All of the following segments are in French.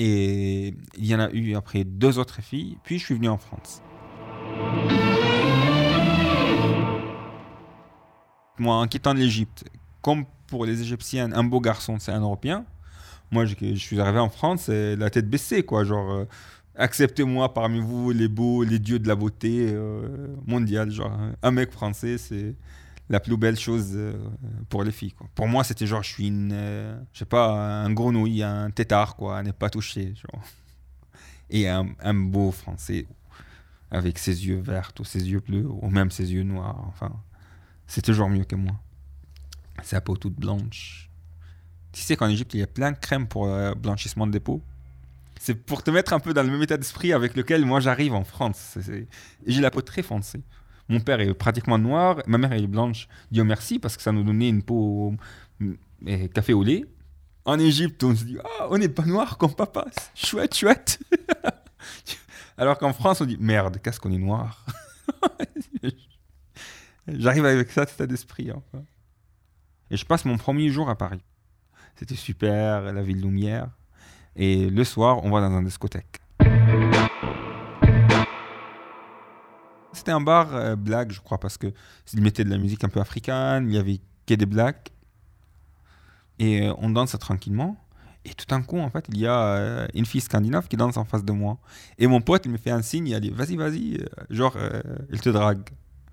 Et il y en a eu après 2 autres filles, puis je suis venu en France. Moi, en quittant l'Égypte, comme pour les Égyptiennes, un beau garçon, c'est un Européen. Moi, je suis arrivé en France, la tête baissée, quoi. Genre, acceptez-moi parmi vous, les beaux, les dieux de la beauté mondiale. Genre, un mec français, c'est la plus belle chose pour les filles, quoi. Pour moi, c'était genre, je suis je sais pas, un grenouille, un tétard, quoi, à ne pas toucher. Genre. Et un beau français, avec ses yeux verts ou ses yeux bleus, ou même ses yeux noirs, enfin, c'est toujours mieux que moi. Sa peau toute blanche. Tu sais qu'en Égypte, il y a plein de crèmes pour blanchissement de peau. C'est pour te mettre un peu dans le même état d'esprit avec lequel moi j'arrive en France. J'ai la peau très foncée. Mon père est pratiquement noir, ma mère est blanche. Dieu merci, parce que ça nous donnait une peau café au lait. En Égypte, on se dit « Ah, on n'est pas noir comme papa, chouette, chouette !» Alors qu'en France, on dit « Merde, qu'est-ce qu'on est noir ?» J'arrive avec ça, cet état d'esprit. Enfin. Et je passe mon premier jour à Paris. C'était super, la ville lumière. Et le soir, on va dans un discothèque. C'était un bar black, je crois, parce qu'ils mettaient de la musique un peu africaine, il y avait que des blacks. Et on danse tranquillement. Et tout d'un coup, en fait, il y a une fille scandinave qui danse en face de moi. Et mon pote, il me fait un signe, il a dit « Vas-y, vas-y », genre, il te drague.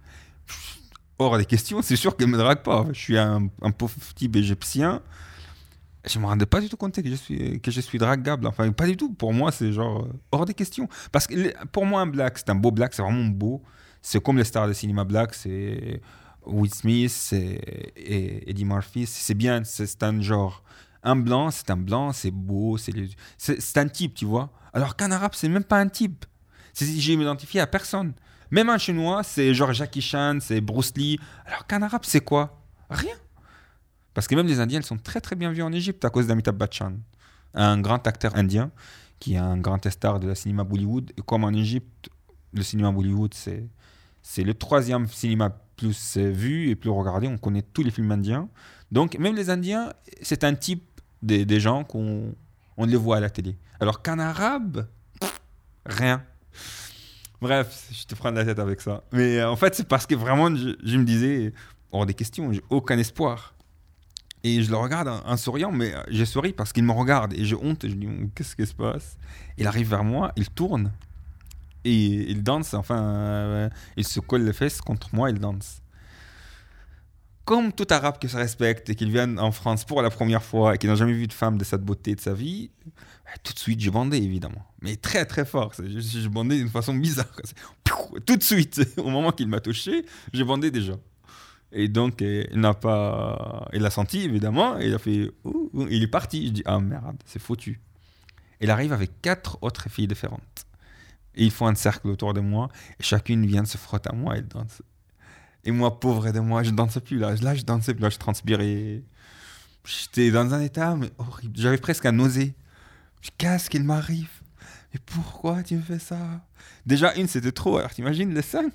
Hors des questions, c'est sûr qu'elle ne me drague pas. Je suis un pauvre type égyptien. Je ne me rendais pas du tout compte que je suis draguable. Enfin, pas du tout. Pour moi, c'est genre hors des questions. Parce que pour moi, un black, c'est un beau black, c'est vraiment beau. C'est comme les stars de cinéma black, c'est Will Smith et Eddie Murphy. C'est bien, c'est un genre. Un blanc, c'est beau, c'est un type, tu vois. Alors qu'un arabe, c'est même pas un type. J'ai m'identifié à personne. Même un chinois, c'est genre Jackie Chan, c'est Bruce Lee. Alors qu'un arabe, c'est quoi? Rien. Parce que même les Indiens, elles sont très très bien vues en Égypte à cause d'Amitabh Bachchan, un grand acteur indien qui est un grand star de la cinéma Bollywood. Et comme en Égypte, le cinéma Bollywood, c'est le 3e cinéma plus vu et plus regardé. On connaît tous les films indiens. Donc même les Indiens, c'est un type des gens qu'on les voit à la télé. Alors qu'un arabe, rien. Bref, je te prends de la tête avec ça. Mais en fait, c'est parce que vraiment, je me disais, hors des questions, j'ai aucun espoir. Et je le regarde en souriant, mais je souris parce qu'il me regarde. Et j'ai honte, et je dis, qu'est-ce qui se passe? Il arrive vers moi, il tourne, et il danse, enfin, il se colle les fesses contre moi, il danse. Comme tout arabe qui se respecte et qui vient en France pour la première fois et qui n'a jamais vu de femme de cette beauté de sa vie, tout de suite, j'ai bandé, évidemment. Mais très, très fort. J'ai bandé d'une façon bizarre. Tout de suite, au moment qu'il m'a touché, j'ai bandé déjà. Et donc, il l'a senti, évidemment, et il a fait il est parti. Je dis, ah merde, c'est foutu. Il arrive avec 4 autres filles différentes. Et ils font un cercle autour de moi, et chacune vient se frotter à moi et danse. Et moi, pauvre de moi, je ne dansais plus là. Là, je dansais plus, là, je transpirais. J'étais dans un état mais horrible. J'avais presque à nauser. Qu'est-ce qu'il m'arrive? Mais pourquoi tu me fais ça? Déjà, une, c'était trop. Alors, t'imagines les 5?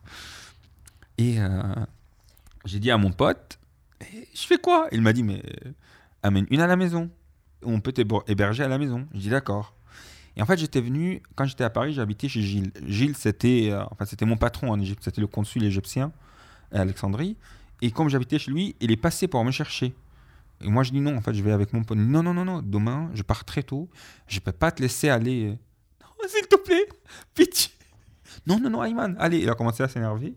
Et j'ai dit à mon pote, je fais quoi? Il m'a dit, mais amène une à la maison. On peut t'héberger à la maison. Je dis d'accord. Et en fait, j'étais venu, quand j'étais à Paris, j'habitais chez Gilles. Gilles, c'était mon patron en Égypte. C'était le consul égyptien à Alexandrie. Et comme j'habitais chez lui, il est passé pour me chercher. Et moi, je dis non, en fait, je vais avec mon pote. Non, demain, je pars très tôt. Je ne peux pas te laisser aller. Non, s'il te plaît, pitié. Non, Ayman, allez. Il a commencé à s'énerver.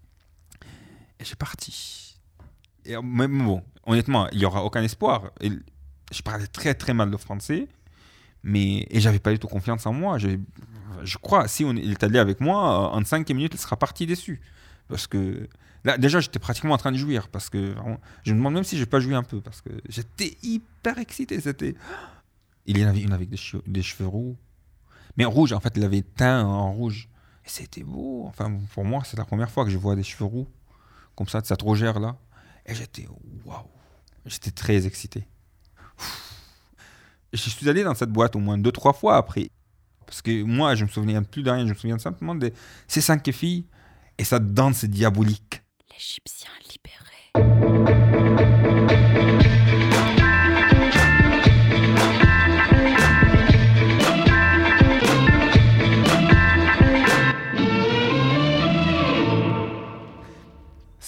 Et j'ai parti. Et même bon, honnêtement, il n'y aura aucun espoir. Et je parlais très, très mal le français. Et j'avais pas du tout confiance en moi. Je crois, si il est allé avec moi, en 5 minutes, il sera parti déçu. Parce que là, déjà, j'étais pratiquement en train de jouir. Parce que je me demande même si je n'ai pas joué un peu. Parce que j'étais hyper excité. Il y en avait une avec des cheveux roux. Mais rouge, en fait, il avait teint en rouge. Et c'était beau. Enfin, pour moi, c'est la première fois que je vois des cheveux roux. Comme ça, de cette rougeur-là. Et j'étais, waouh. J'étais très excité. Je suis allé dans cette boîte au moins 2-3 fois après. Parce que moi, je me souviens plus de rien. Je me souviens simplement de ces 5 filles et cette danse diabolique. L'Égyptien libéré.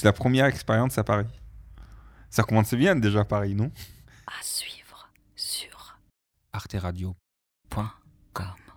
C'est la première expérience à Paris. Ça commence bien déjà Paris, non? À suivre sur arteradio.com